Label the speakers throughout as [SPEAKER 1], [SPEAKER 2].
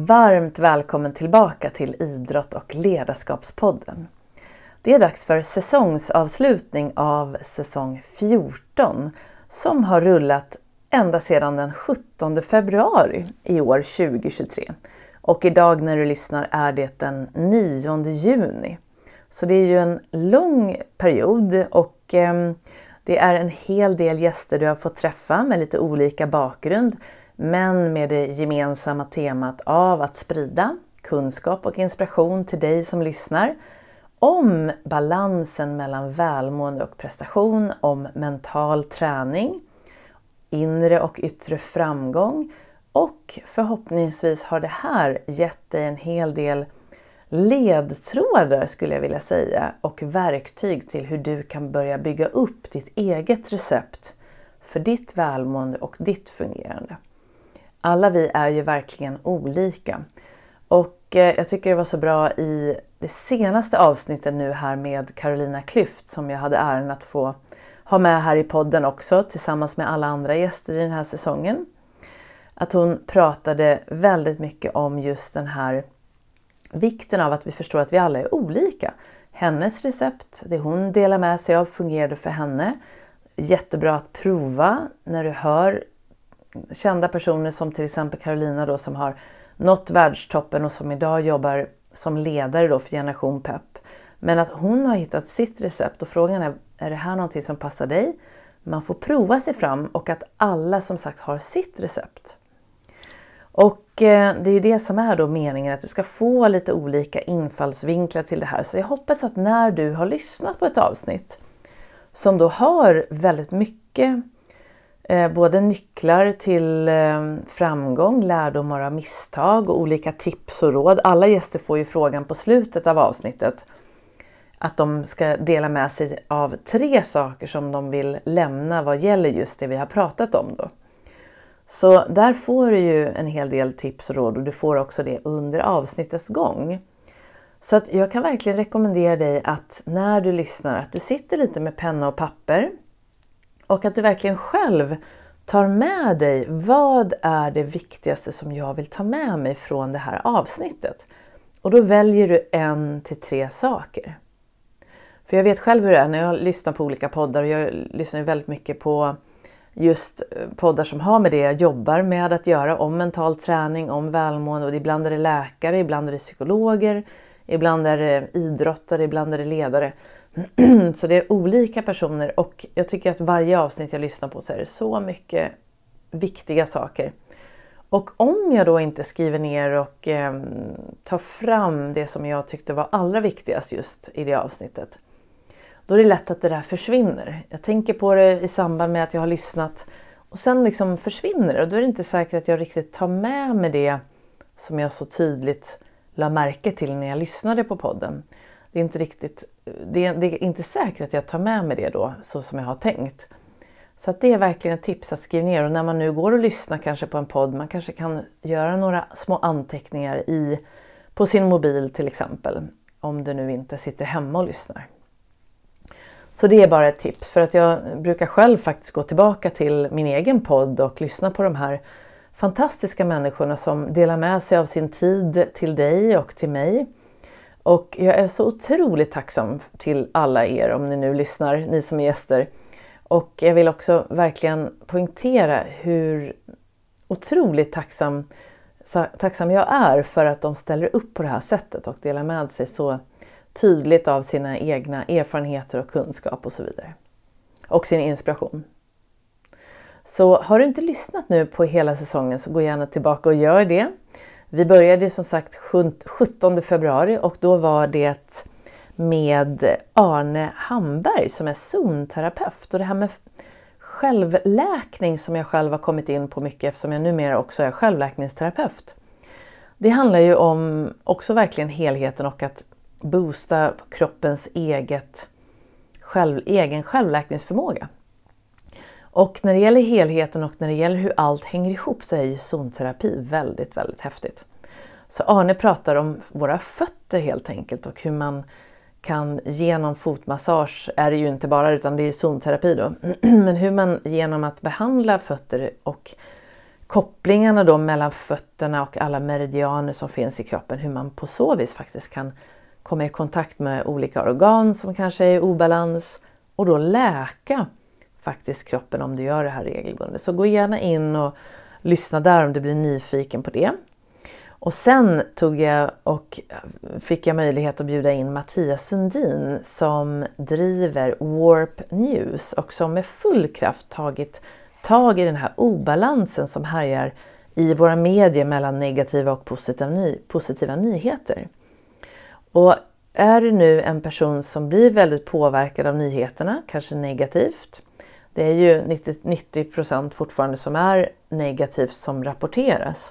[SPEAKER 1] Varmt välkommen tillbaka till Idrott- och ledarskapspodden. Det är dags för säsongsavslutning av säsong 14 som har rullat ända sedan den 17 februari i år 2023. Och idag när du lyssnar är det den 9 juni. Så det är ju en lång period och det är en hel del gäster du har fått träffa med lite olika bakgrund. Men med det gemensamma temat av att sprida kunskap och inspiration till dig som lyssnar. Om balansen mellan välmående och prestation, om mental träning, inre och yttre framgång. Och förhoppningsvis har det här gett dig en hel del ledtrådar skulle jag vilja säga. Och verktyg till hur du kan börja bygga upp ditt eget recept för ditt välmående och ditt fungerande. Alla vi är ju verkligen olika. Och jag tycker det var så bra i det senaste avsnittet nu här med Carolina Klüft som jag hade äran att få ha med här i podden också tillsammans med alla andra gäster i den här säsongen. Att hon pratade väldigt mycket om just den här vikten av att vi förstår att vi alla är olika. Hennes recept, det hon delar med sig av fungerade för henne. Jättebra att prova när du hör kända personer som till exempel Carolina då som har nått världstoppen och som idag jobbar som ledare då för Generation Pep. Men att hon har hittat sitt recept och frågan är det här någonting som passar dig? Man får prova sig fram och att alla som sagt har sitt recept. Och det är ju det som är då meningen att du ska få lite olika infallsvinklar till det här. Så jag hoppas att när du har lyssnat på ett avsnitt som då har väldigt mycket både nycklar till framgång, lärdomar av misstag och olika tips och råd. Alla gäster får ju frågan på slutet av avsnittet att de ska dela med sig av 3 saker som de vill lämna vad gäller just det vi har pratat om då. Så där får du ju en hel del tips och råd och du får också det under avsnittets gång. Så att jag kan verkligen rekommendera dig att när du lyssnar att du sitter lite med penna och papper. Och att du verkligen själv tar med dig vad är det viktigaste som jag vill ta med mig från det här avsnittet. Och då väljer du 1 till 3 saker. För jag vet själv hur det är när jag lyssnar på olika poddar. Och jag lyssnar ju väldigt mycket på just poddar som har med det jag jobbar med att göra. Om mental träning, om välmående. Och ibland är det läkare, ibland är det psykologer. Ibland är det idrottare, ibland är det ledare. Så det är olika personer och jag tycker att varje avsnitt jag lyssnar på så är det så mycket viktiga saker. Och om jag då inte skriver ner och tar fram det som jag tyckte var allra viktigast just i det avsnittet. Då är det lätt att det där försvinner. Jag tänker på det i samband med att jag har lyssnat och sen liksom försvinner det. Och då är det inte säkert att jag riktigt tar med mig det som jag så tydligt la märke till när jag lyssnade på podden. Det är inte säkert att jag tar med mig det då så som jag har tänkt. Så att det är verkligen ett tips att skriva ner. Och när man nu går och lyssnar kanske på en podd. Man kanske kan göra några små anteckningar på sin mobil till exempel. Om du nu inte sitter hemma och lyssnar. Så det är bara ett tips. För att jag brukar själv faktiskt gå tillbaka till min egen podd och lyssna på de här fantastiska människorna som delar med sig av sin tid till dig och till mig. Och jag är så otroligt tacksam till alla er om ni nu lyssnar, ni som är gäster. Och jag vill också verkligen poängtera hur otroligt tacksam jag är för att de ställer upp på det här sättet och delar med sig så tydligt av sina egna erfarenheter och kunskap och så vidare. Och sin inspiration. Så har du inte lyssnat nu på hela säsongen så gå gärna tillbaka och gör det. Vi började som sagt 17 februari och då var det med Arne Hamberg som är zonterapeut. Och det här med självläkning som jag själv har kommit in på mycket eftersom jag numera också är självläkningsterapeut. Det handlar ju om också verkligen helheten och att boosta kroppens egen självläkningsförmåga. Och när det gäller helheten och när det gäller hur allt hänger ihop så är ju zonterapi väldigt, väldigt häftigt. Så Arne pratar om våra fötter helt enkelt och hur man kan genom fotmassage, är det ju inte bara utan det är zonterapi då, men hur man genom att behandla fötter och kopplingarna då mellan fötterna och alla meridianer som finns i kroppen. Hur man på så vis faktiskt kan komma i kontakt med olika organ som kanske är i obalans. Och då läka faktiskt kroppen om du gör det här regelbundet. Så gå gärna in och lyssna där om du blir nyfiken på det. Och sen fick jag möjlighet att bjuda in Mattias Sundin som driver Warp News och som med full kraft tagit tag i den här obalansen som härjar i våra medier mellan negativa och positiva nyheter. Och är du nu en person som blir väldigt påverkad av nyheterna, kanske negativt, det är ju 90% fortfarande som är negativt som rapporteras.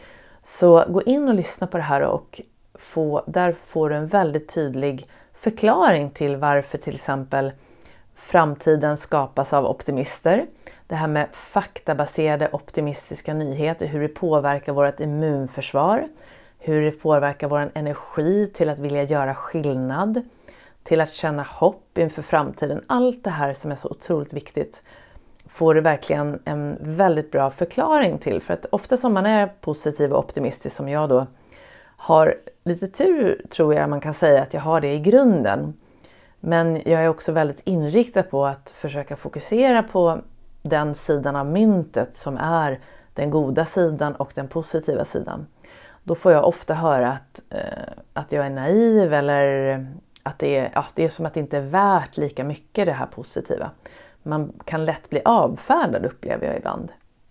[SPEAKER 1] Så gå in och lyssna på det här och där får du en väldigt tydlig förklaring till varför till exempel framtiden skapas av optimister. Det här med faktabaserade optimistiska nyheter, hur det påverkar vårt immunförsvar, hur det påverkar vår energi till att vilja göra skillnad, till att känna hopp inför framtiden. Allt det här som är så otroligt viktigt får du verkligen en väldigt bra förklaring till. För att ofta som man är positiv och optimistisk som jag då har lite tur, tror jag man kan säga att jag har det i grunden. Men jag är också väldigt inriktad på att försöka fokusera på den sidan av myntet som är den goda sidan och den positiva sidan. Då får jag ofta höra att jag är naiv eller att det är som att det inte är värt lika mycket det här positiva. Man kan lätt bli avfärdad, upplever jag ibland.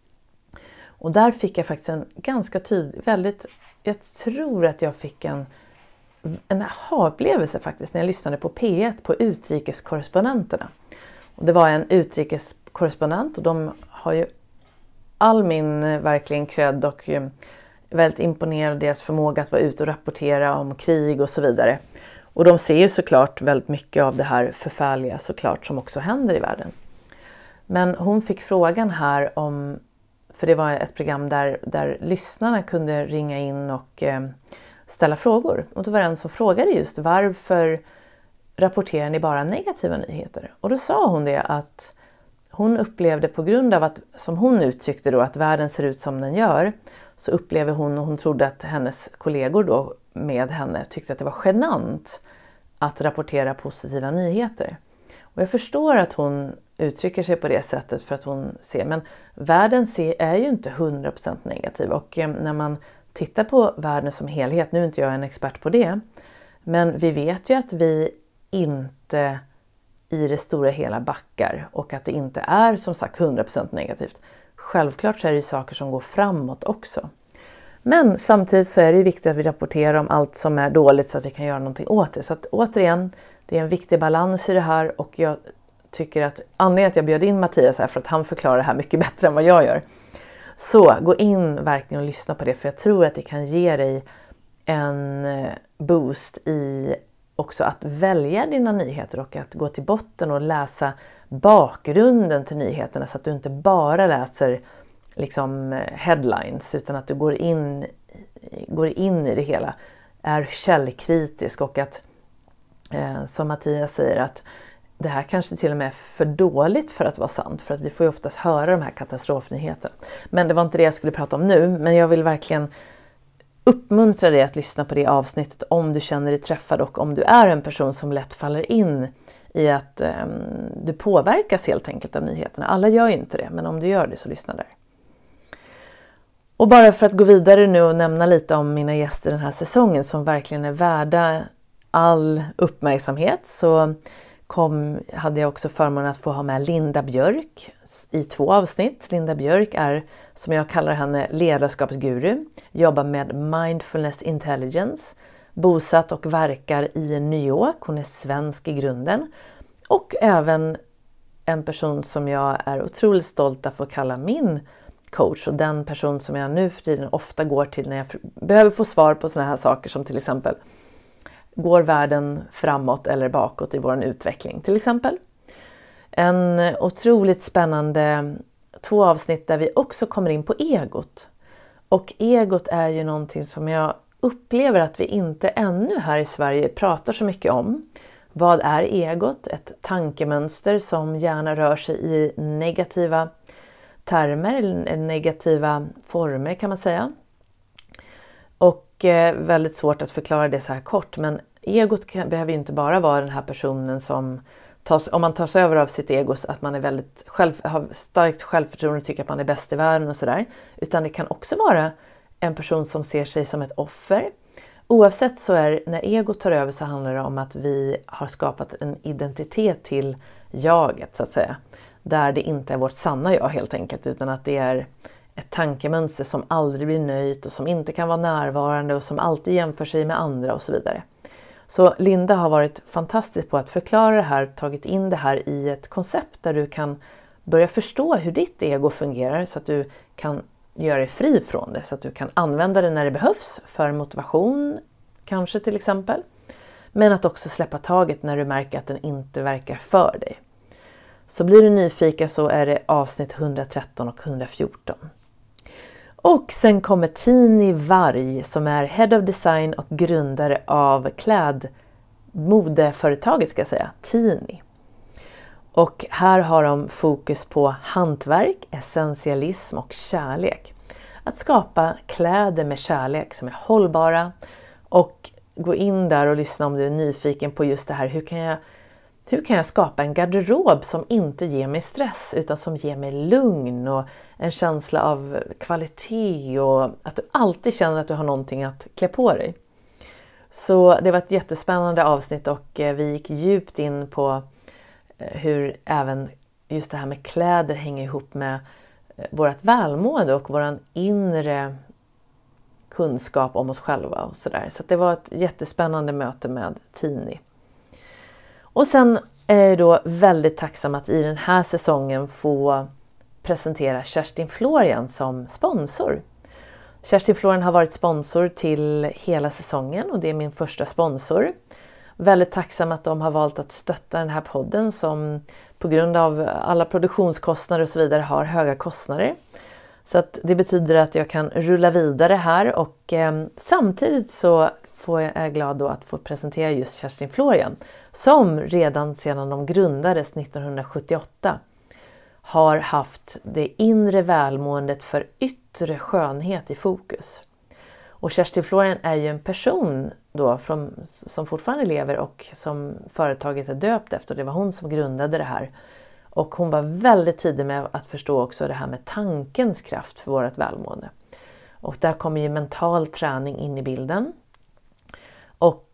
[SPEAKER 1] Och där fick jag faktiskt en ganska jag tror att jag fick en aha-upplevelse faktiskt när jag lyssnade på P1 på utrikeskorrespondenterna. Och det var en utrikeskorrespondent och de har ju all min verkligen cred och väldigt imponerad av deras förmåga att vara ute och rapportera om krig och så vidare. Och de ser ju såklart väldigt mycket av det här förfärliga såklart som också händer i världen. Men hon fick frågan här för det var ett program där lyssnarna kunde ringa in och ställa frågor. Och då var det en som frågade just varför rapporterar ni bara negativa nyheter? Och då sa hon det att hon upplevde på grund av att, som hon uttryckte då, att världen ser ut som den gör, så upplever hon, och hon trodde att hennes kollegor då med henne tyckte att det var genant att rapportera positiva nyheter. Och jag förstår att hon uttrycker sig på det sättet för att hon ser, men världen är ju inte 100% negativ. Och när man tittar på världen som helhet, nu är inte jag en expert på det, men vi vet ju att vi inte i det stora hela backar och att det inte är som sagt 100% negativt. Självklart så är det ju saker som går framåt också. Men samtidigt så är det ju viktigt att vi rapporterar om allt som är dåligt så att vi kan göra någonting åt det. Så att återigen, det är en viktig balans i det här och jag tycker att anledningen att jag bjöd in Mattias är för att han förklarar det här mycket bättre än vad jag gör. Så gå in verkligen och lyssna på det, för jag tror att det kan ge dig en boost i också att välja dina nyheter och att gå till botten och läsa bakgrunden till nyheterna så att du inte bara läser liksom headlines utan att du går in i det hela, är källkritisk och att som Mattias säger att det här kanske till och med är för dåligt för att vara sant, för att vi får ju oftast höra de här katastrofnyheterna. Men det var inte det jag skulle prata om nu, men jag vill verkligen uppmuntra dig att lyssna på det avsnittet om du känner dig träffad och om du är en person som lätt faller in i att du påverkas helt enkelt av nyheterna. Alla gör ju inte det, men om du gör det så lyssna där. Och bara för att gå vidare nu och nämna lite om mina gäster den här säsongen som verkligen är värda all uppmärksamhet, så hade jag också förmånen att få ha med Linda Björk i 2 avsnitt. Linda Björk är, som jag kallar henne, ledarskapsguru, jobbar med Mindfulness Intelligence, bosatt och verkar i New York. Hon är svensk i grunden och även en person som jag är otroligt stolt att få kalla min coach och den person som jag nu för tiden ofta går till när jag behöver få svar på såna här saker som till exempel: går världen framåt eller bakåt i vår utveckling till exempel? En otroligt spännande 2 avsnitt där vi också kommer in på egot. Och egot är ju någonting som jag upplever att vi inte ännu här i Sverige pratar så mycket om. Vad är egot? Ett tankemönster som gärna rör sig i negativa termer eller negativa former kan man säga. Och väldigt svårt att förklara det så här kort, men egot behöver ju inte bara vara den här personen som om man tar sig över av sitt ego, så att man är har starkt självförtroende och tycker att man är bäst i världen och sådär. Utan det kan också vara en person som ser sig som ett offer. Oavsett så när egot tar över så handlar det om att vi har skapat en identitet till jaget så att säga. Där det inte är vårt sanna jag helt enkelt, utan att det är ett tankemönster som aldrig blir nöjt och som inte kan vara närvarande och som alltid jämför sig med andra och så vidare. Så Linda har varit fantastisk på att förklara det här, tagit in det här i ett koncept där du kan börja förstå hur ditt ego fungerar så att du kan göra dig fri från det, så att du kan använda det när det behövs för motivation kanske till exempel. Men att också släppa taget när du märker att den inte verkar för dig. Så blir du nyfiken så är det avsnitt 113 och 114. Och sen kommer Tini Varg som är Head of Design och grundare av klädmodeföretaget ska jag säga, Tini. Och här har de fokus på hantverk, essentialism och kärlek. Att skapa kläder med kärlek som är hållbara, och gå in där och lyssna om du är nyfiken på just det här. Hur kan jag skapa en garderob som inte ger mig stress utan som ger mig lugn och en känsla av kvalitet och att du alltid känner att du har någonting att klä på dig. Så det var ett jättespännande avsnitt och vi gick djupt in på hur även just det här med kläder hänger ihop med vårt välmående och våran inre kunskap om oss själva och sådär. Så det var ett jättespännande möte med Tini. Och sen är jag då väldigt tacksam att i den här säsongen få presentera Kerstin Florian som sponsor. Kerstin Florian har varit sponsor till hela säsongen och det är min första sponsor. Väldigt tacksam att de har valt att stötta den här podden som på grund av alla produktionskostnader och så vidare har höga kostnader. Så att det betyder att jag kan rulla vidare här och samtidigt så är jag glad då att få presentera just Kerstin Florian som redan sedan de grundades 1978 har haft det inre välmåendet för yttre skönhet i fokus. Och Kerstin Florian är ju en person då som fortfarande lever och som företaget är döpt efter. Det var hon som grundade det här. Och hon var väldigt tidig med att förstå också det här med tankens kraft för vårt välmående. Och där kommer ju mental träning in i bilden. Och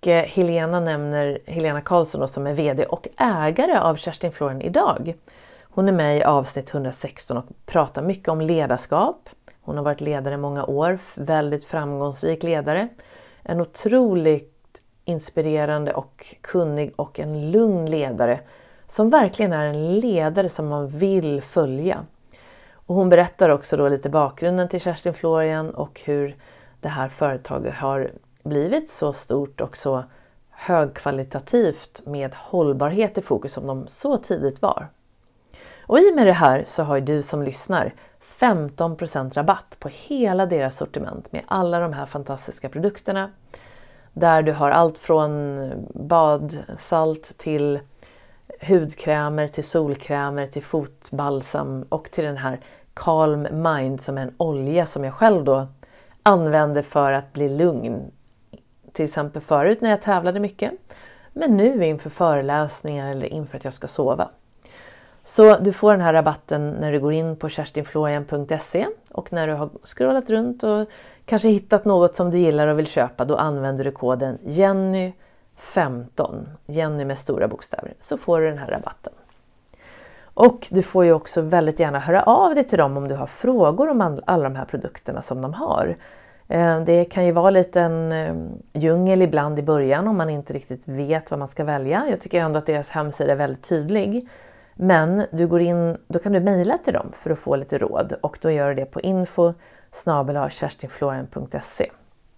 [SPEAKER 1] Helena Karlsson då, som är vd och ägare av Kerstin Florian idag. Hon är med i avsnitt 116 och pratar mycket om ledarskap. Hon har varit ledare i många år, väldigt framgångsrik ledare. En otroligt inspirerande och kunnig och en lugn ledare som verkligen är en ledare som man vill följa. Och hon berättar också då lite bakgrunden till Kerstin Florian och hur det här företaget har blivit så stort och så högkvalitativt med hållbarhet i fokus som de så tidigt var. Och i och med det här så har du som lyssnar 15% rabatt på hela deras sortiment med alla de här fantastiska produkterna. Där du har allt från badsalt till hudkrämer, till solkrämer, till fotbalsam och till den här Calm Mind som är en olja som jag själv då använder för att bli lugn. Till exempel förut när jag tävlade mycket, men nu inför föreläsningar eller inför att jag ska sova. Så du får den här rabatten när du går in på kerstinflorian.se och när du har scrollat runt och kanske hittat något som du gillar och vill köpa, då använder du koden Jenny15, Jenny med stora bokstäver, så får du den här rabatten. Och du får ju också väldigt gärna höra av dig till dem om du har frågor om alla de här produkterna som de har. Det kan ju vara lite en djungel ibland i början om man inte riktigt vet vad man ska välja. Jag tycker ändå att deras hemsida är väldigt tydlig. Men då kan du mejla till dem för att få lite råd. Och då gör du det på info@kerstinflorian.se.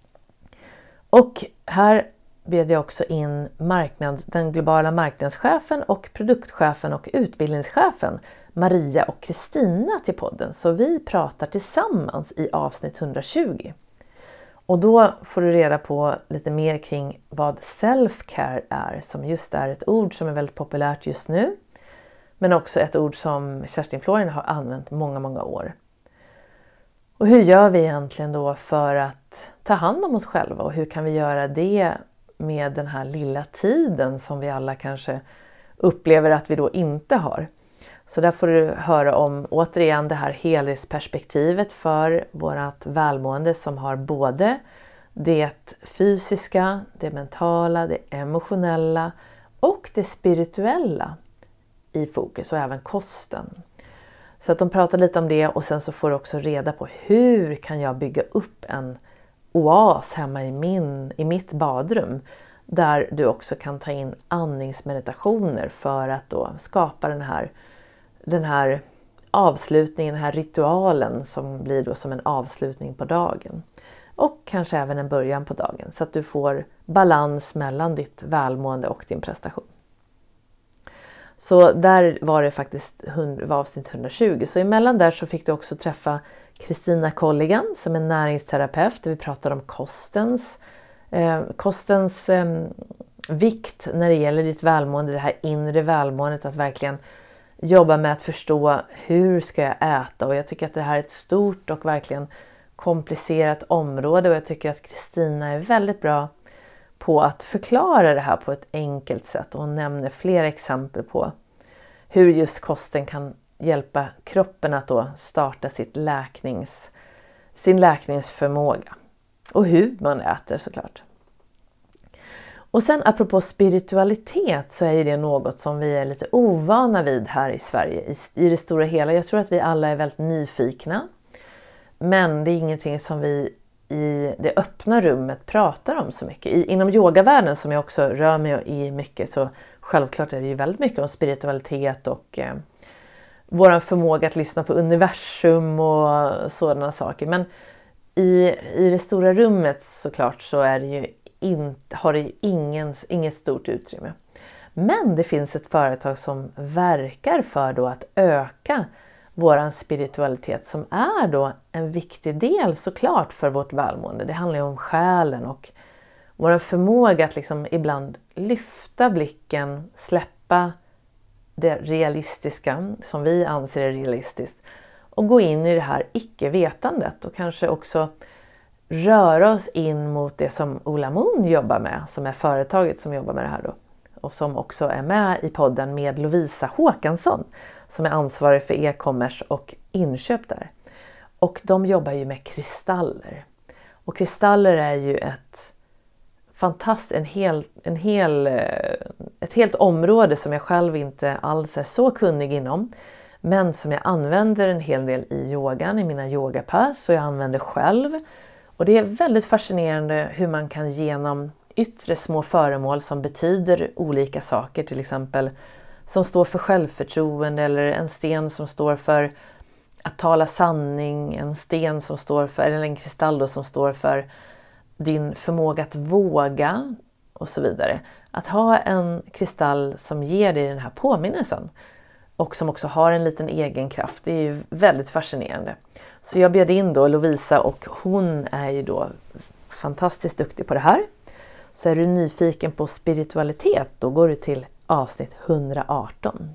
[SPEAKER 1] Och här bjöd jag också in den globala marknadschefen och produktchefen och utbildningschefen Maria och Kristina till podden. Så vi pratar tillsammans i avsnitt 120. Och då får du reda på lite mer kring vad self-care är, som just är ett ord som är väldigt populärt just nu. Men också ett ord som Kerstin Florén har använt många år. Och hur gör vi egentligen då för att ta hand om oss själva? Och hur kan vi göra det med den här lilla tiden som vi alla kanske upplever att vi då inte har? Så där får du höra om återigen det här helhetsperspektivet för vårt välmående som har både det fysiska, det mentala, det emotionella och det spirituella i fokus och även kosten. Så att de pratar lite om det och sen så får du också reda på hur kan jag bygga upp en oas hemma i mitt badrum där du också kan ta in andningsmeditationer för att då skapa den här avslutningen, den här ritualen som blir då som en avslutning på dagen. Och kanske även en början på dagen så att du får balans mellan ditt välmående och din prestation. Så där var det faktiskt var avsnitt 120. Så emellan där så fick du också träffa Kristina Colligan som är näringsterapeut. Där vi pratar om kostens vikt när det gäller ditt välmående. Det här inre välmåendet, att verkligen jobba med att förstå hur ska jag äta. Och jag tycker att det här är ett stort och verkligen komplicerat område. Och jag tycker att Kristina är väldigt bra på att förklara det här på ett enkelt sätt. Och hon nämner flera exempel på hur just kosten kan hjälpa kroppen att då starta sin läkningsförmåga. Och hur man äter såklart. Och sen apropå spiritualitet så är ju det något som vi är lite ovana vid här i Sverige. I det stora hela. Jag tror att vi alla är väldigt nyfikna. Men det är ingenting som vi i det öppna rummet pratar om så mycket. Inom yogavärlden som jag också rör mig i mycket så självklart är det ju väldigt mycket om spiritualitet och vår förmåga att lyssna på universum och sådana saker. Men i det stora rummet såklart så är det ju har det inget stort utrymme. Men det finns ett företag som verkar för då att öka våran spiritualitet som är då en viktig del såklart för vårt välmående. Det handlar ju om själen och vår förmåga att liksom ibland lyfta blicken, släppa det realistiska som vi anser är realistiskt och gå in i det här icke-vetandet och kanske också röra oss in mot det som Ola Moon jobbar med, som är företaget som jobbar med det här då. Och som också är med i podden med Lovisa Håkansson som är ansvarig för e-commerce och inköp där. Och de jobbar ju med kristaller. Och kristaller är ju ett helt område som jag själv inte alls är så kunnig inom. Men som jag använder en hel del i yogan, i mina yogapass och jag använder själv. Och det är väldigt fascinerande hur man kan genom yttre små föremål som betyder olika saker, till exempel som står för självförtroende eller en sten som står för att tala sanning, en sten som står för, eller en kristall då, som står för din förmåga att våga och så vidare. Att ha en kristall som ger dig den här påminnelsen och som också har en liten egen kraft, det är ju väldigt fascinerande. Så jag bjöd in då Lovisa och hon är ju då fantastiskt duktig på det här. Så är du nyfiken på spiritualitet, då går du till avsnitt 118.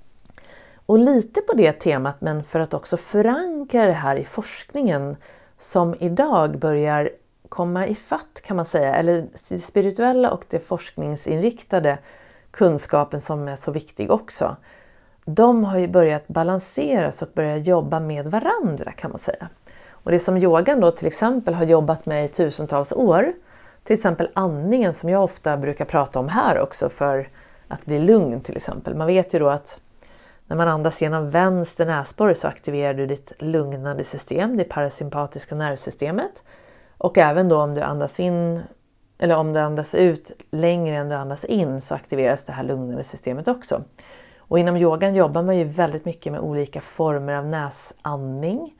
[SPEAKER 1] Och lite på det temat, men för att också förankra det här i forskningen som idag börjar komma i fatt kan man säga, eller det spirituella och det forskningsinriktade kunskapen som är så viktig också. De har ju börjat balanseras och börjat jobba med varandra kan man säga. Och det som yogan då till exempel har jobbat med i tusentals år, till exempel andningen som jag ofta brukar prata om här också för att bli lugn till exempel. Man vet ju då att när man andas genom vänster näsborre så aktiverar du ditt lugnande system, det parasympatiska nervsystemet. Och även då om du andas in eller om du andas ut längre än du andas in så aktiveras det här lugnande systemet också. Och inom yogan jobbar man ju väldigt mycket med olika former av näsandning.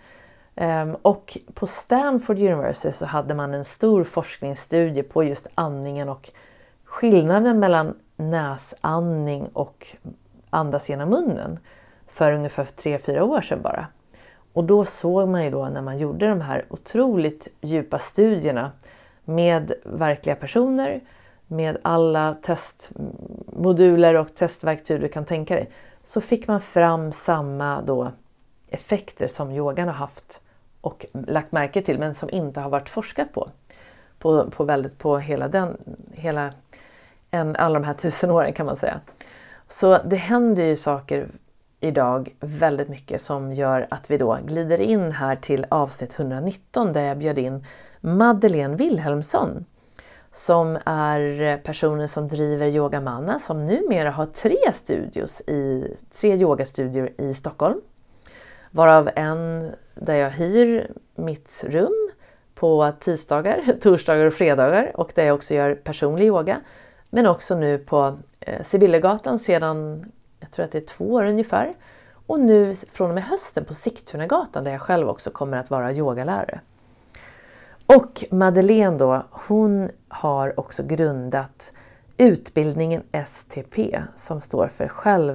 [SPEAKER 1] Och på Stanford University så hade man en stor forskningsstudie på just andningen och skillnaden mellan näsandning och andas genom munnen för ungefär 3-4 år sedan bara. Och då såg man ju då när man gjorde de här otroligt djupa studierna med verkliga personer, med alla testmoduler och testverktyg du kan tänka dig, så fick man fram samma då effekter som yogan har haft och lagt märke till, men som inte har varit forskat på alla de här 1000 åren kan man säga. Så det händer ju saker idag väldigt mycket som gör att vi då glider in här till avsnitt 119 där jag bjöd in Madeleine Wilhelmsson som är personen som driver Yoga Manna, som numera har 3 yogastudior i Stockholm. Varav en där jag hyr mitt rum på tisdagar, torsdagar och fredagar, och där jag också gör personlig yoga. Men också nu på Sibyllegatan sedan, jag tror att det är 2 år ungefär. Och nu från och med hösten på Sigtunagatan där jag själv också kommer att vara yogalärare. Och Madeleine då, hon har också grundat utbildningen STP som står för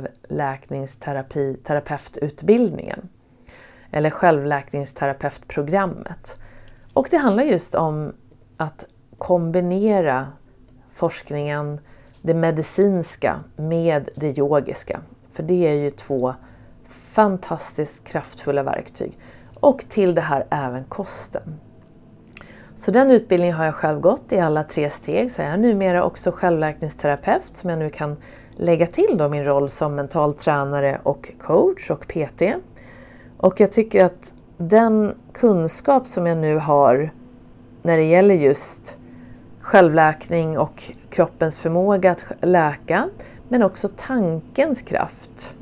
[SPEAKER 1] självläkningsterapeututbildningen. Eller självläkningsterapeutprogrammet. Och det handlar just om att kombinera forskningen, det medicinska med det yogiska. För det är ju 2 fantastiskt kraftfulla verktyg. Och till det här även kosten. Så den utbildningen har jag själv gått i alla 3 steg. Så jag är numera också självläkningsterapeut som jag nu kan lägga till då min roll som mental tränare och coach och PT. Och jag tycker att den kunskap som jag nu har när det gäller just självläkning och kroppens förmåga att läka, men också tankens kraft.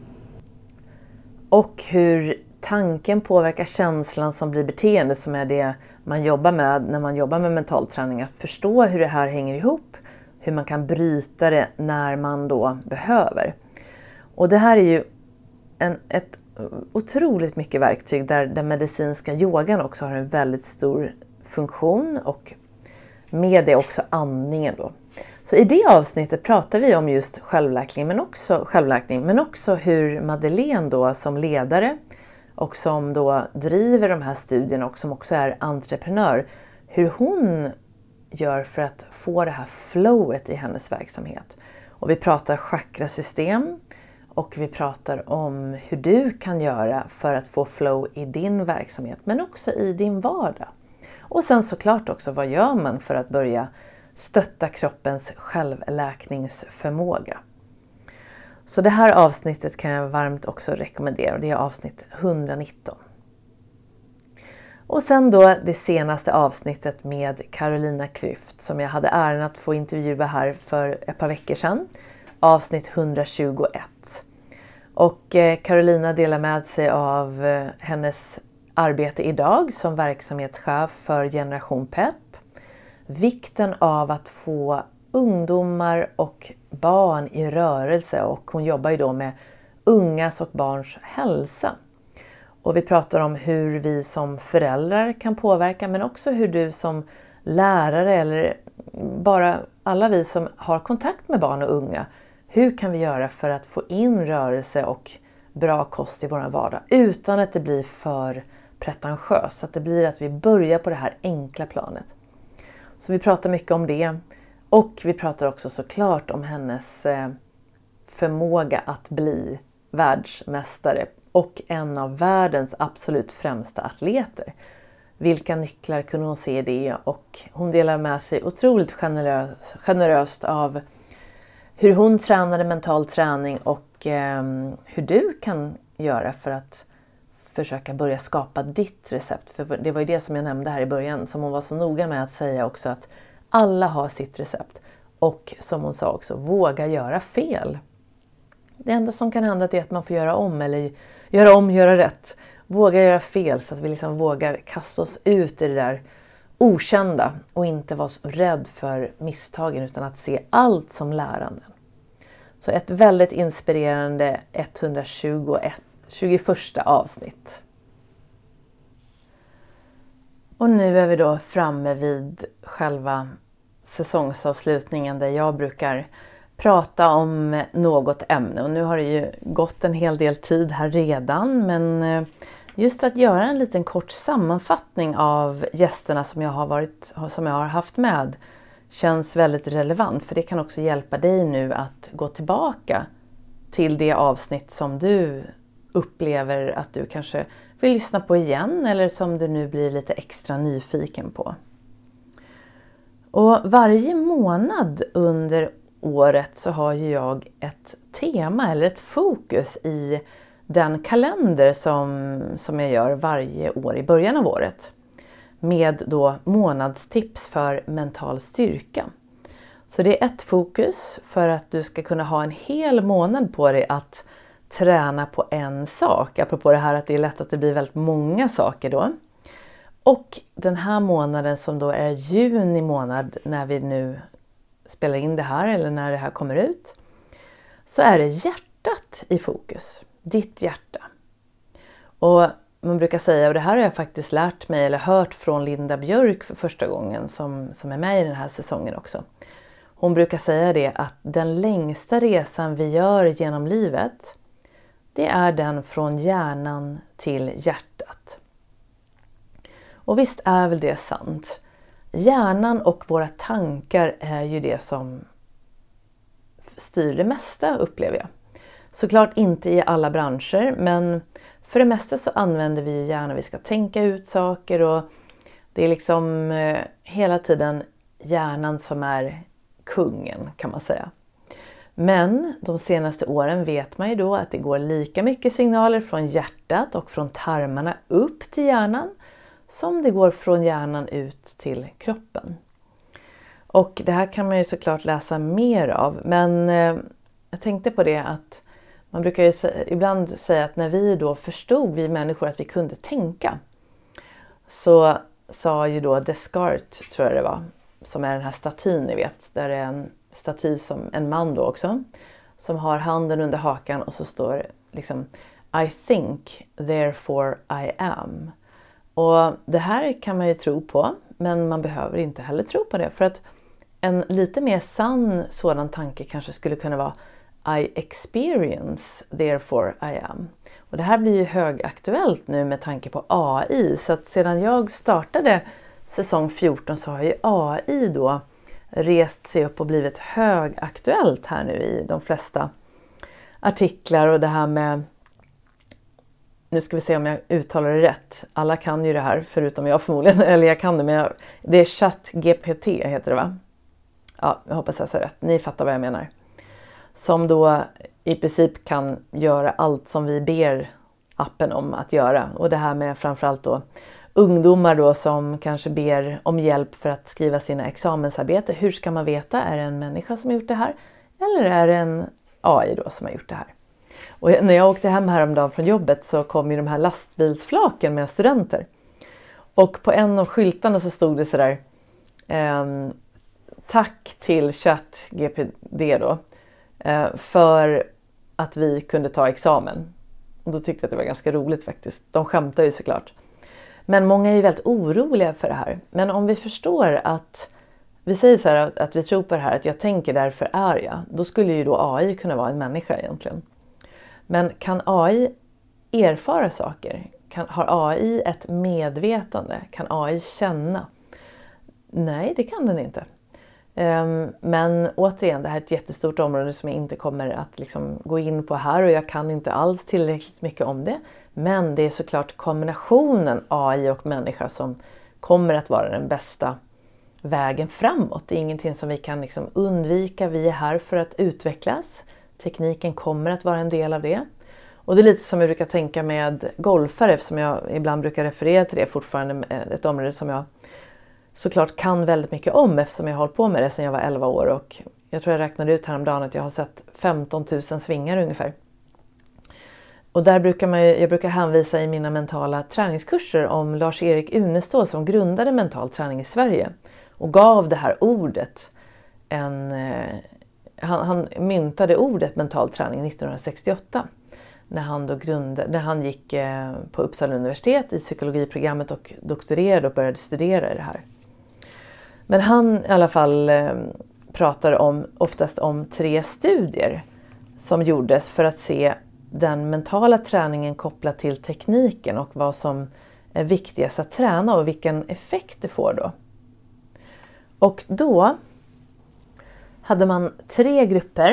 [SPEAKER 1] Och hur tanken påverkar känslan som blir beteende, som är det man jobbar med när man jobbar med mental träning. Att förstå hur det här hänger ihop, hur man kan bryta det när man då behöver. Och det här är ju ett otroligt mycket verktyg där den medicinska yogan också har en väldigt stor funktion, och med det också andningen då. Så i det avsnittet pratar vi om just självläkning men också hur Madeleine då som ledare och som då driver de här studierna och som också är entreprenör, hur hon gör för att få det här flowet i hennes verksamhet. Och vi pratar chakrasystem och vi pratar om hur du kan göra för att få flow i din verksamhet men också i din vardag. Och sen såklart också, vad gör man för att börja stötta kroppens självläkningsförmåga? Så det här avsnittet kan jag varmt också rekommendera, och det är avsnitt 119. Och sen då det senaste avsnittet med Carolina Klüft som jag hade äran att få intervjua här för ett par veckor sedan. Avsnitt 121. Och Carolina delar med sig av hennes arbete idag som verksamhetschef för Generation Pep. Vikten av att få ungdomar och barn i rörelse, och hon jobbar ju då med ungas och barns hälsa. Och vi pratar om hur vi som föräldrar kan påverka, men också hur du som lärare eller bara alla vi som har kontakt med barn och unga, hur kan vi göra för att få in rörelse och bra kost i vår vardag utan att det blir för pretentiöst, så att det blir att vi börjar på det här enkla planet. Så vi pratar mycket om det, och vi pratar också såklart om hennes förmåga att bli världsmästare och en av världens absolut främsta atleter. Vilka nycklar kunde hon se i det, och hon delar med sig otroligt generöst av hur hon tränade mental träning och hur du kan göra för att försöka börja skapa ditt recept. För det var ju det som jag nämnde här i början, som hon var så noga med att säga också, att alla har sitt recept. Och som hon sa också, våga göra fel. Det enda som kan hända är att man får göra om, eller göra rätt. Våga göra fel, så att vi liksom vågar kasta oss ut i det där okända och inte vara så rädd för misstagen, utan att se allt som lärande. Så ett väldigt inspirerande 121 avsnitt. Och nu är vi då framme vid själva säsongsavslutningen där jag brukar prata om något ämne. Och nu har det ju gått en hel del tid här redan, men just att göra en liten kort sammanfattning av gästerna som jag har haft med känns väldigt relevant, för det kan också hjälpa dig nu att gå tillbaka till det avsnitt som du upplever att du kanske vill lyssna på igen eller som du nu blir lite extra nyfiken på. Och varje månad under året så har ju jag ett tema eller ett fokus i den kalender som jag gör varje år i början av året. Med då månadstips för mental styrka. Så det är ett fokus för att du ska kunna ha en hel månad på dig att träna på en sak. Apropå det här att det är lätt att det blir väldigt många saker då. Och den här månaden som då är juni månad när vi nu spelar in det här eller när det här kommer ut. Så är det hjärtat i fokus. Ditt hjärta. Och man brukar säga, och det här har jag faktiskt lärt mig eller hört från Linda Björk för första gången som är med i den här säsongen också. Hon brukar säga det att den längsta resan vi gör genom livet, det är den från hjärnan till hjärtat. Och visst är väl det sant. Hjärnan och våra tankar är ju det som styr det mesta, upplever jag. Såklart inte i alla branscher, men för det mesta så använder vi hjärnan. Vi ska tänka ut saker och det är liksom hela tiden hjärnan som är kungen, kan man säga. Men de senaste åren vet man ju då att det går lika mycket signaler från hjärtat och från tarmarna upp till hjärnan som det går från hjärnan ut till kroppen. Och det här kan man ju såklart läsa mer av, men jag tänkte på det att man brukar ju ibland säga att när vi då förstod, vi människor, att vi kunde tänka, så sa ju då Descartes, tror jag det var, som är den här statyn ni vet, där det är en staty som en man då också, som har handen under hakan och så står liksom I think, therefore I am. Och det här kan man ju tro på, men man behöver inte heller tro på det. För att en lite mer sann sådan tanke kanske skulle kunna vara I experience, therefore I am. Och det här blir ju högaktuellt nu med tanke på AI. Så att sedan jag startade säsong 14 så har ju AI då rest sig upp och blivit högaktuellt här nu i de flesta artiklar. Och det här med, nu ska vi se om jag uttalar det rätt. Alla kan ju det här förutom jag förmodligen. Eller jag kan det, men det är ChatGPT heter det, va? Ja, jag hoppas jag säger rätt. Ni fattar vad jag menar. Som då i princip kan göra allt som vi ber appen om att göra. Och det här med framförallt då ungdomar då som kanske ber om hjälp för att skriva sina examensarbete. Hur ska man veta? Är det en människa som har gjort det här? Eller är det en AI då som har gjort det här? Och när jag åkte hem häromdagen från jobbet så kom ju de här lastbilsflaken med studenter. Och på en av skyltarna så stod det sådär tack till ChatGPT då för att vi kunde ta examen. Och då tyckte jag att det var ganska roligt faktiskt. De skämtar ju såklart. Men många är ju väldigt oroliga för det här. Men om vi förstår att vi säger så här att vi tror på det här, att jag tänker därför är jag. Då skulle ju då AI kunna vara en människa egentligen. Men kan AI erfara saker? Har AI ett medvetande? Kan AI känna? Nej, det kan den inte. Men återigen, det här är ett jättestort område som jag inte kommer att liksom gå in på här. Och jag kan inte alls tillräckligt mycket om det. Men det är såklart kombinationen AI och människa som kommer att vara den bästa vägen framåt. Det är ingenting som vi kan liksom undvika. Vi är här för att utvecklas. Tekniken kommer att vara en del av det. Och det är lite som jag brukar tänka med golfare, eftersom jag ibland brukar referera till det fortfarande. Ett område som jag såklart kan väldigt mycket om, eftersom jag har hållit på med det sedan jag var 11 år. Och jag tror jag räknade ut häromdagen att jag har sett 15 000 svingar ungefär. Och där jag brukar hänvisa i mina mentala träningskurser om Lars-Erik Unestål som grundade mental träning i Sverige. Och gav det här ordet han myntade ordet mental träning 1968. När han gick på Uppsala universitet i psykologiprogrammet och doktorerade och började studera det här. Men han i alla fall pratar oftast om 3 studier som gjordes för att se den mentala träningen kopplad till tekniken och vad som är viktigast att träna och vilken effekt det får då. Och då hade man 3 grupper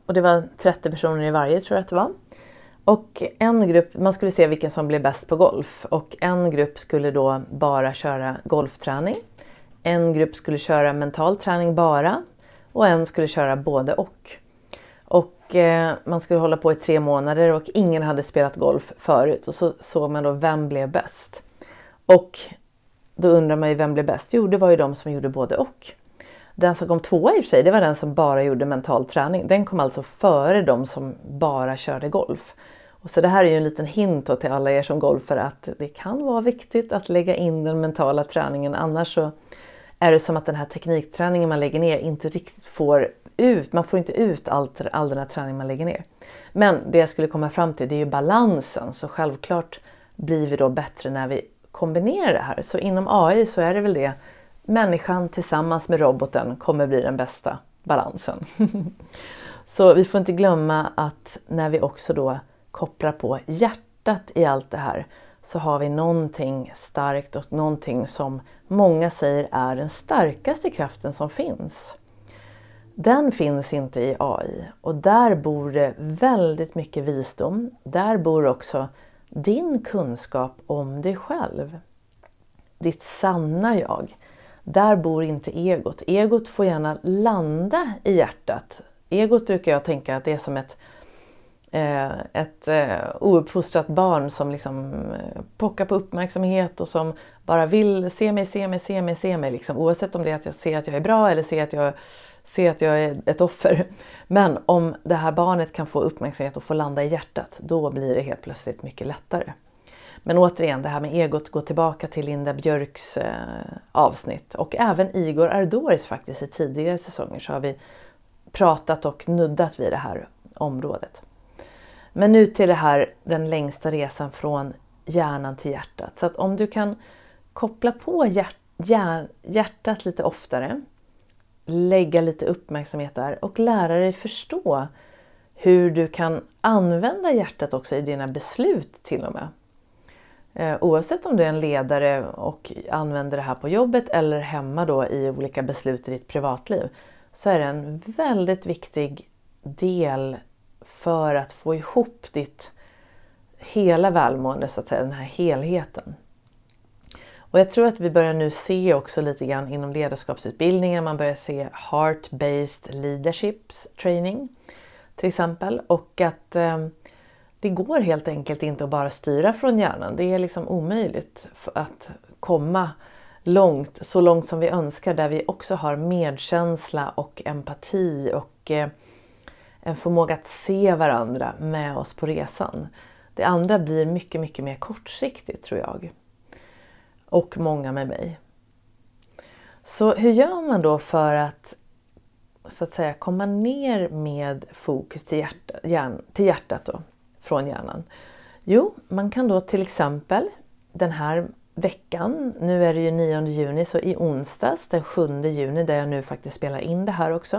[SPEAKER 1] och det var 30 personer i varje, tror jag att det var. Och en grupp, man skulle se vilken som blev bäst på golf, och en grupp skulle då bara köra golfträning. En grupp skulle köra mental träning bara, och en skulle köra både och. Och man skulle hålla på i 3 månader och ingen hade spelat golf förut, och så såg man då vem blev bäst. Och då undrar man ju, vem blev bäst? Jo, det var ju de som gjorde både och. Den som kom 2 i och för sig, det var den som bara gjorde mental träning. Den kom alltså före de som bara körde golf. Och så det här är ju en liten hint till alla er som golfar, att det kan vara viktigt att lägga in den mentala träningen. Annars så är det som att den här teknikträningen man lägger ner inte riktigt får ut. Man får inte ut all den här träningen man lägger ner. Men det jag skulle komma fram till, det är ju balansen. Så självklart blir vi då bättre när vi kombinerar det här. Så inom AI så är det väl det. Människan tillsammans med roboten kommer bli den bästa balansen. Så vi får inte glömma att när vi också då kopplar på hjärtat i allt det här, så har vi någonting starkt och någonting som många säger är den starkaste kraften som finns. Den finns inte i AI, och där bor det väldigt mycket visdom. Där bor också din kunskap om dig själv. Ditt sanna jag. Där bor inte egot. Egot får gärna landa i hjärtat. Egot brukar jag tänka att det är som ett ouppfostrat barn som liksom pockar på uppmärksamhet och som bara vill se mig liksom, oavsett om det är att jag ser att jag är bra eller ser att jag är ett offer. Men om det här barnet kan få uppmärksamhet och få landa i hjärtat, då blir det helt plötsligt mycket lättare. Men återigen, det här med egot går tillbaka till Linda Björks avsnitt, och även Igor Ardoris faktiskt i tidigare säsonger så har vi pratat och nuddat vid det här området. Men nu till det här, den längsta resan från hjärnan till hjärtat. Så att om du kan koppla på hjärtat lite oftare, lägga lite uppmärksamhet där och lära dig förstå hur du kan använda hjärtat också i dina beslut till och med. Oavsett om du är en ledare och använder det här på jobbet eller hemma då i olika beslut i ditt privatliv, så är det en väldigt viktig del för att få ihop ditt hela välmående, så att säga, den här helheten. Och jag tror att vi börjar nu se också lite grann inom ledarskapsutbildningen, man börjar se heart-based leaderships training till exempel, och att det går helt enkelt inte att bara styra från hjärnan. Det är liksom omöjligt att komma långt, så långt som vi önskar, där vi också har medkänsla och empati och en förmåga att se varandra med oss på resan. Det andra blir mycket, mycket mer kortsiktigt, tror jag. Och många med mig. Så hur gör man då för att, så att säga, komma ner med fokus till hjärtat då, från hjärnan? Jo, man kan då till exempel den här veckan, nu är det ju 9 juni, så i onsdags den 7 juni, där jag nu faktiskt spelar in det här också,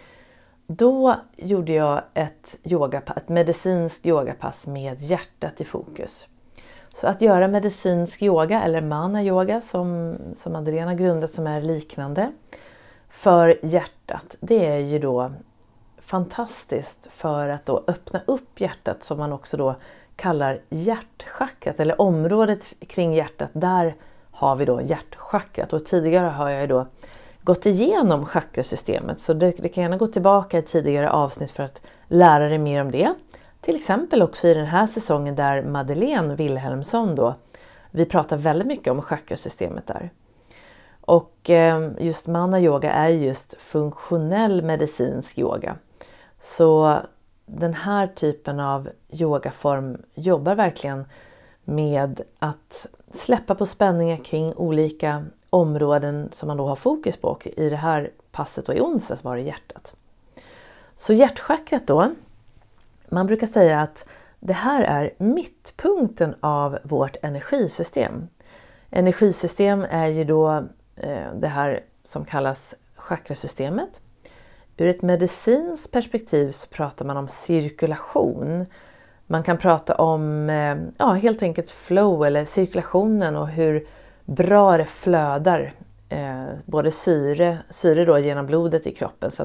[SPEAKER 1] då gjorde jag ett medicinskt yogapass med hjärtat i fokus. Så att göra medicinsk yoga eller mana yoga som Adriana grundat, som är liknande för hjärtat, det är ju då fantastiskt för att då öppna upp hjärtat, som man också då kallar hjärtchakrat, eller området kring hjärtat. Där har vi då hjärtchakrat, och tidigare har jag då gått igenom chakrasystemet, så det kan gärna gå tillbaka i tidigare avsnitt för att lära dig mer om det. Till exempel också i den här säsongen där Madeleine Wilhelmsson då, vi pratar väldigt mycket om chakrasystemet där. Och just mana yoga är just funktionell medicinsk yoga. Så den här typen av yogaform jobbar verkligen med att släppa på spänningar kring olika områden som man då har fokus på. Och i det här passet då i onsdags var det hjärtat. Så hjärtchakrat då, man brukar säga att det här är mittpunkten av vårt energisystem. Energisystem är ju då det här som kallas chakrasystemet. Ur ett medicinskt perspektiv så pratar man om cirkulation. Man kan prata om helt enkelt flow, eller cirkulationen, och hur bra det flödar både syre då genom blodet i kroppen, så att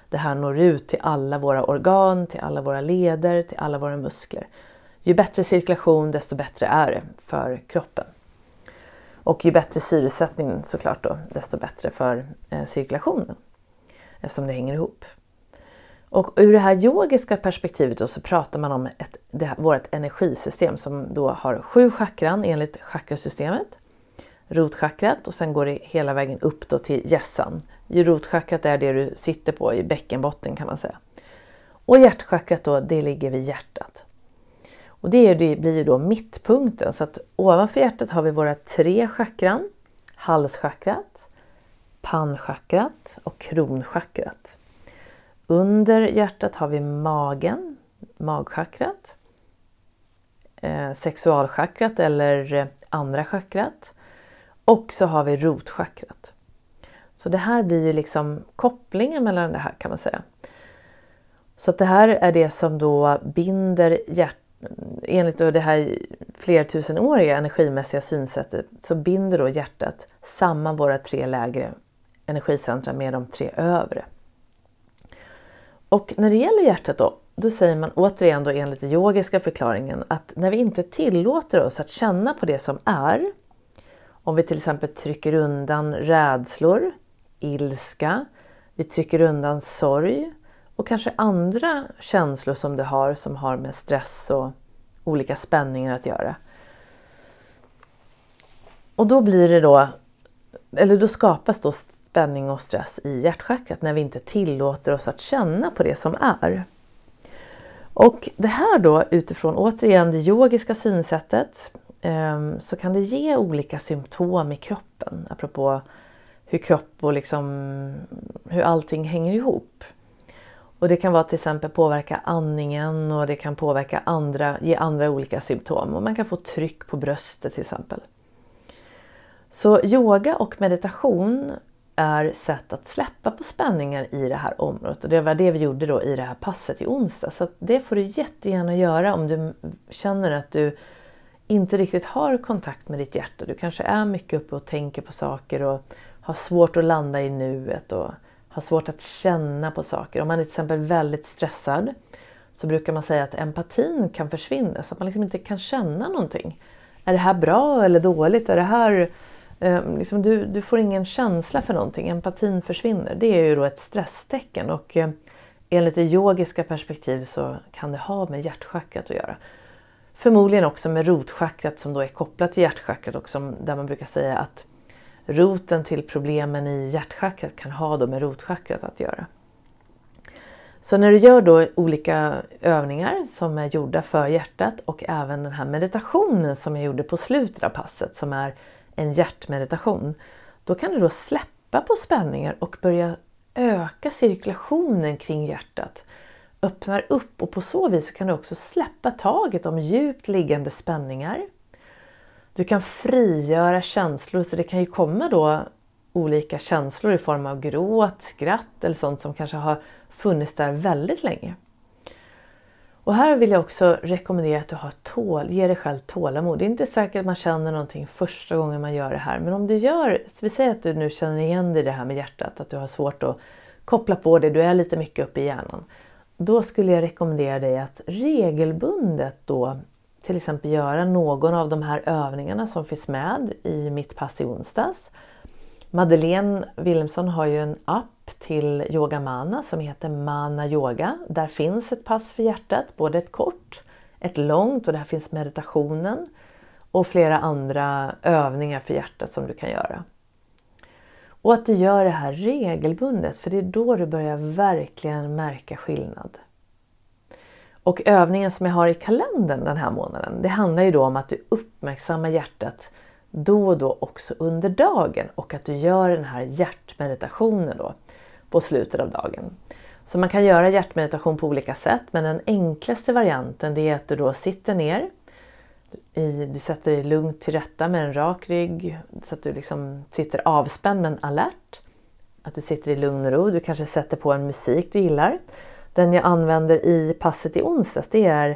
[SPEAKER 1] det här når ut till alla våra organ, till alla våra leder, till alla våra muskler. Ju bättre cirkulation, desto bättre är det för kroppen. Och ju bättre syresättning såklart då, desto bättre för cirkulationen. Eftersom det hänger ihop. Och ur det här yogiska perspektivet då, så pratar man om vårt energisystem som då har 7 chakran enligt chakrasystemet. Rotchakrat och sen går det hela vägen upp då till hjässan. Rotchakrat är det du sitter på i bäckenbotten kan man säga. Och hjärtchakrat då, det ligger vid hjärtat. Och det blir ju då mittpunkten, så att ovanför hjärtat har vi våra 3 chakran. Halschakrat, pannchakrat och kronchakrat. Under hjärtat har vi magen, magchakrat, sexualchakrat eller andra chakrat. Och så har vi rotchakrat. Så det här blir ju liksom kopplingen mellan det här kan man säga. Så att det här är det som då binder enligt det här flertusenåriga energimässiga synsättet så binder då hjärtat samman våra 3 lägre energicentra med de 3 övre. Och när det gäller hjärtat då säger man återigen då enligt den yogiska förklaringen att när vi inte tillåter oss att känna på det som är, om vi till exempel trycker undan rädslor, ilska, vi trycker undan sorg och kanske andra känslor som du har som har med stress och olika spänningar att göra. Och då blir det då skapas då spänning och stress i hjärtchakrat när vi inte tillåter oss att känna på det som är. Och det här då utifrån återigen det yogiska synsättet så kan det ge olika symptom i kroppen. Apropå hur kropp och hur allting hänger ihop. Och det kan vara till exempel påverka andningen och det kan påverka ge andra olika symptom. Och man kan få tryck på bröstet till exempel. Så yoga och meditation är sätt att släppa på spänningar i det här området. Och det var det vi gjorde då i det här passet i onsdag. Så det får du jättegärna göra om du känner att du inte riktigt har kontakt med ditt hjärta. Du kanske är mycket uppe och tänker på saker och har svårt att landa i nuet och har svårt att känna på saker. Om man är till exempel väldigt stressad så brukar man säga att empatin kan försvinna så att man inte kan känna någonting. Är det här bra eller dåligt? Är det här du får ingen känsla för någonting. Empatin försvinner. Det är ju då ett stresstecken och enligt det yogiska perspektiv så kan det ha med hjärtchakrat att göra. Förmodligen också med rotchakrat som då är kopplat till hjärtchakrat och där man brukar säga att roten till problemen i hjärtchakrat kan ha då med rotchakrat att göra. Så när du gör då olika övningar som är gjorda för hjärtat och även den här meditationen som jag gjorde på slutet av passet som är en hjärtmeditation, då kan du då släppa på spänningar och börja öka cirkulationen kring hjärtat. Öppnar upp och på så vis kan du också släppa taget om djupt liggande spänningar. Du kan frigöra känslor så det kan ju komma då olika känslor i form av gråt, skratt eller sånt som kanske har funnits där väldigt länge. Och här vill jag också rekommendera att du ger dig själv tålamod. Det är inte säkert att man känner någonting första gången man gör det här. Men om du vi säger att du nu känner igen dig i det här med hjärtat, att du har svårt att koppla på det, du är lite mycket uppe i hjärnan. Då skulle jag rekommendera dig att regelbundet då till exempel göra någon av de här övningarna som finns med i mitt pass i onsdags. Madeleine Wilhelmsson har ju en app till Yoga Mana som heter Mana Yoga. Där finns ett pass för hjärtat, både ett kort, ett långt och där finns meditationen och flera andra övningar för hjärtat som du kan göra. Och att du gör det här regelbundet, för det är då du börjar verkligen märka skillnad. Och övningen som jag har i kalendern den här månaden, det handlar ju då om att du uppmärksammar hjärtat då och då också under dagen och att du gör den här hjärtmeditationen då på slutet av dagen. Så man kan göra hjärtmeditation på olika sätt, men den enklaste varianten det är att du då sitter ner. Du sätter dig lugnt till rätta med en rak rygg så att du sitter avspänd men alert. Att du sitter i lugn och ro. Du kanske sätter på en musik du gillar. Den jag använder i passet i onsdags det är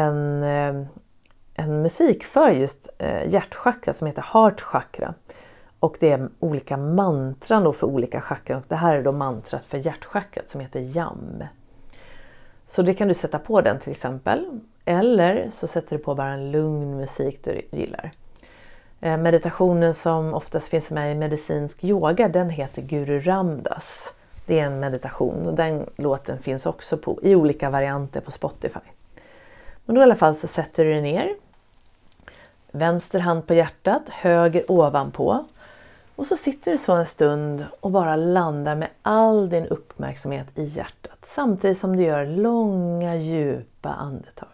[SPEAKER 1] en musik för just hjärtchakra som heter Heart Chakra. Och det är olika mantran då för olika chakran. Och det här är då mantrat för hjärtchakrat som heter Yam. Så det kan du sätta på den till exempel. Eller så sätter du på bara en lugn musik du gillar. Meditationen som oftast finns med i medicinsk yoga, den heter Guru Ramdas. Det är en meditation och den låten finns också i olika varianter på Spotify. Men då i alla fall så sätter du dig ner. Vänster hand på hjärtat, höger ovanpå. Och så sitter du så en stund och bara landar med all din uppmärksamhet i hjärtat. Samtidigt som du gör långa djupa andetag.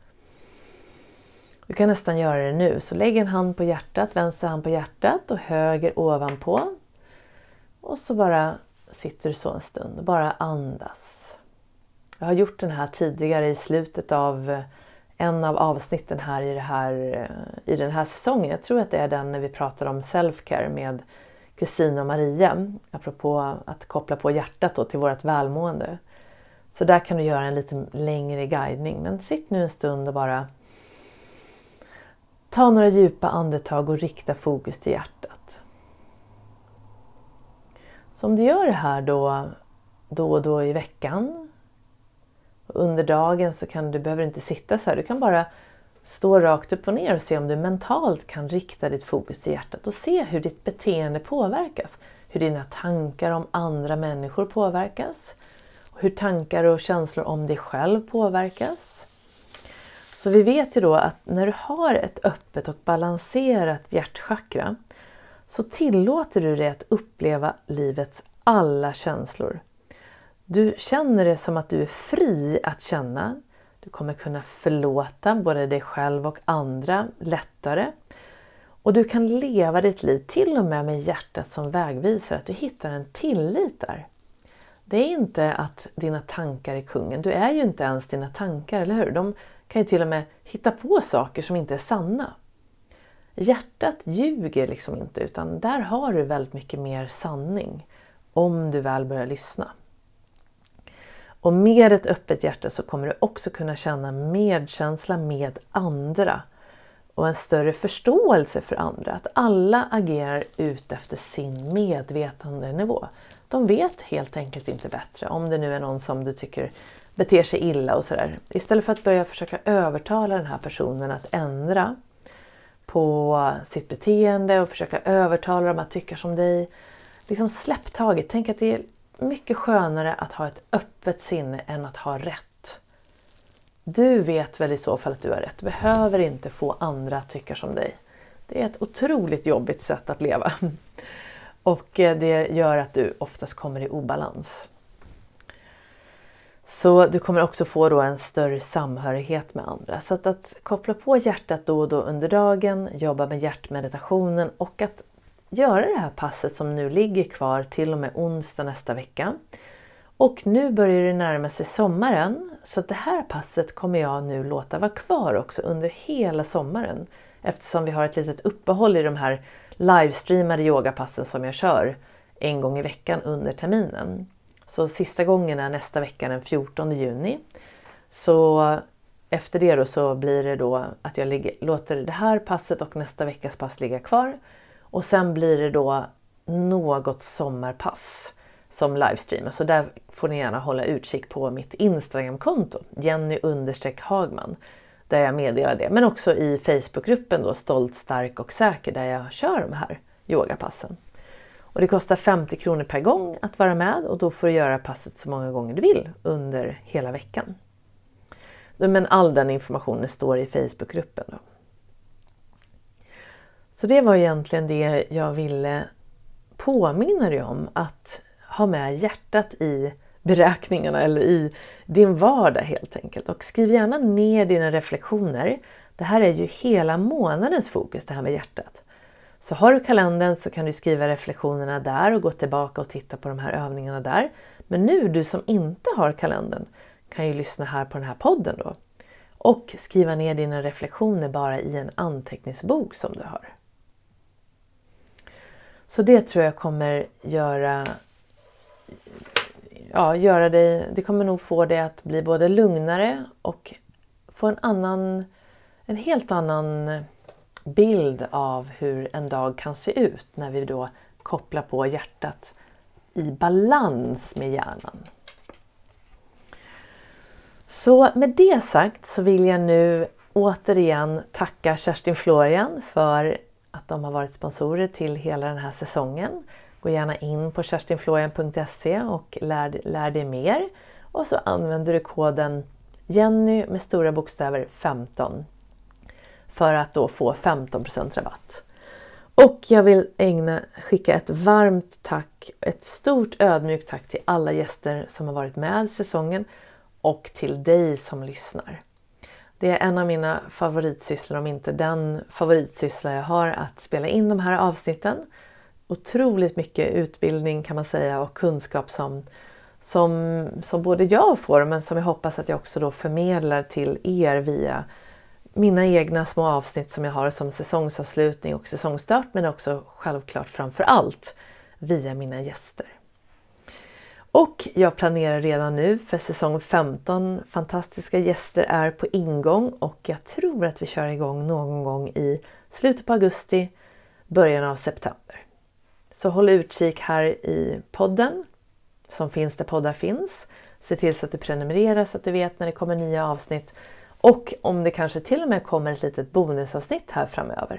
[SPEAKER 1] Du kan nästan göra det nu. Så lägg en hand på hjärtat, vänster hand på hjärtat och höger ovanpå. Och så bara sitter du så en stund och bara andas. Jag har gjort den här tidigare i slutet av en av avsnitten här i den här säsongen. Jag tror att det är den när vi pratar om self-care med Kristina och Maria. Apropå att koppla på hjärtat då till vårt välmående. Så där kan du göra en lite längre guidning. Men sitt nu en stund och bara ta några djupa andetag och rikta fokus till hjärtat. Så om du gör det här då och då i veckan. Under dagen så behöver du inte sitta så här. Du kan bara stå rakt upp och ner och se om du mentalt kan rikta ditt fokus till hjärtat. Och se hur ditt beteende påverkas. Hur dina tankar om andra människor påverkas. Och hur tankar och känslor om dig själv påverkas. Så vi vet ju då att när du har ett öppet och balanserat hjärtchakra så tillåter du dig att uppleva livets alla känslor. Du känner det som att du är fri att känna. Du kommer kunna förlåta både dig själv och andra lättare. Och du kan leva ditt liv till och med hjärtat som vägvisar, att du hittar en tillit där. Det är inte att dina tankar är kungen. Du är ju inte ens dina tankar, eller hur? De kan ju till och med hitta på saker som inte är sanna. Hjärtat ljuger liksom inte, utan där har du väldigt mycket mer sanning om du väl börjar lyssna. Och med ett öppet hjärta så kommer du också kunna känna medkänsla med andra och en större förståelse för andra. Att alla agerar ut efter sin medvetandenivå. De vet helt enkelt inte bättre om det nu är någon som du tycker beter sig illa och sådär. Istället för att börja försöka övertala den här personen att ändra på sitt beteende och försöka övertala dem att tycka som dig. Liksom släpp taget. Tänk att det är mycket skönare att ha ett öppet sinne än att ha rätt. Du vet väl i så fall att du har rätt. Du behöver inte få andra att tycka som dig. Det är ett otroligt jobbigt sätt att leva. Och det gör att du oftast kommer i obalans. Så du kommer också få då en större samhörighet med andra. Så att koppla på hjärtat då och då under dagen, jobba med hjärtmeditationen och att göra det här passet som nu ligger kvar till och med onsdag nästa vecka. Och nu börjar det närma sig sommaren, så att det här passet kommer jag nu låta vara kvar också under hela sommaren. Eftersom vi har ett litet uppehåll i de här livestreamade yogapassen som jag kör en gång i veckan under terminen. Så sista gången är nästa vecka den 14 juni. Så efter det då så blir det då att jag låter det här passet och nästa veckas pass ligga kvar. Och sen blir det då något sommarpass som livestreamer. Så där får ni gärna hålla utkik på mitt Instagram-konto, Jenny_Hagman, där jag meddelar det. Men också i Facebookgruppen då, Stolt, stark och säker, där jag kör de här yogapassen. Och det kostar 50 kronor per gång att vara med och då får du göra passet så många gånger du vill under hela veckan. Men all den informationen står i Facebookgruppen då. Så det var egentligen det jag ville påminna dig om, att ha med hjärtat i beräkningarna eller i din vardag helt enkelt. Och skriv gärna ner dina reflektioner. Det här är ju hela månadens fokus, det här med hjärtat. Så har du kalendern så kan du skriva reflektionerna där och gå tillbaka och titta på de här övningarna där. Men nu, du som inte har kalendern, kan ju lyssna här på den här podden då. Och skriva ner dina reflektioner bara i en anteckningsbok som du har. Så det tror jag kommer göra dig, det kommer nog få dig att bli både lugnare och få en helt annan bild av hur en dag kan se ut när vi då kopplar på hjärtat i balans med hjärnan. Så med det sagt så vill jag nu återigen tacka Kerstin Florian för att de har varit sponsorer till hela den här säsongen. Gå gärna in på kerstinflorian.se och lär dig mer. Och så använder du koden Jenny med stora bokstäver 15 för att då få 15% rabatt. Och jag vill skicka ett varmt tack, ett stort ödmjukt tack till alla gäster som har varit med i säsongen och till dig som lyssnar. Det är en av mina favoritsysslor, om inte den favoritsyssla jag har, att spela in de här avsnitten. Otroligt mycket utbildning kan man säga och kunskap som både jag får, men som jag hoppas att jag också då förmedlar till er via mina egna små avsnitt som jag har som säsongsavslutning och säsongstart, men också självklart framför allt via mina gäster. Och jag planerar redan nu för säsong 15. Fantastiska gäster är på ingång och jag tror att vi kör igång någon gång i slutet på augusti, början av september. Så håll utkik här i podden som finns där poddar finns. Se till så att du prenumererar så att du vet när det kommer nya avsnitt. Och om det kanske till och med kommer ett litet bonusavsnitt här framöver.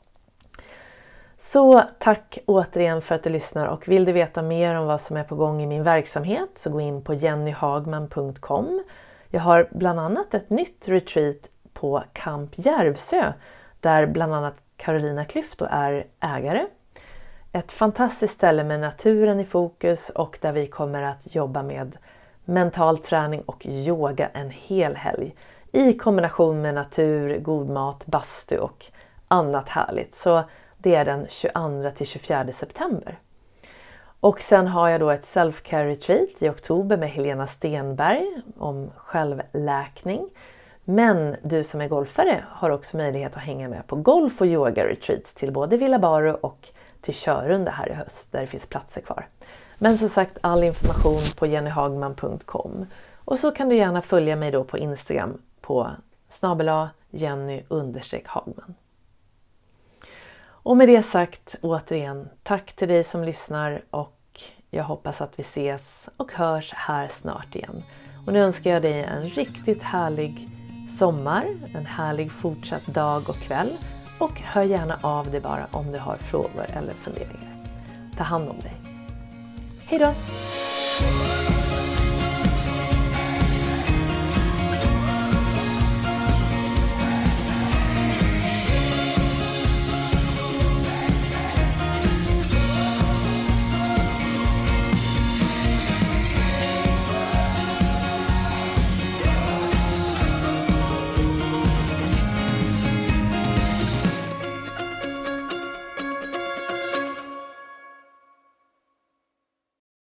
[SPEAKER 1] Så tack återigen för att du lyssnar, och vill du veta mer om vad som är på gång i min verksamhet så gå in på jennyhagman.com. Jag har bland annat ett nytt retreat på Camp Järvsö där bland annat Carolina Klüft är ägare. Ett fantastiskt ställe med naturen i fokus och där vi kommer att jobba med mental träning och yoga en hel helg i kombination med natur, god mat, bastu och annat härligt. Så det är den 22-24 september. Och sen har jag då ett self-care retreat i oktober med Helena Stenberg om självläkning. Men du som är golfare har också möjlighet att hänga med på golf- och yoga-retreats till både Villa Baro och till Körunda här i höst där det finns platser kvar. Men som sagt, all information på jennyhagman.com. Och så kan du gärna följa mig då på Instagram på @Jenny_Hagman. Och med det sagt, återigen, tack till dig som lyssnar och jag hoppas att vi ses och hörs här snart igen. Och nu önskar jag dig en riktigt härlig sommar, en härlig fortsatt dag och kväll, och hör gärna av dig bara om du har frågor eller funderingar. Ta hand om dig. Hej då!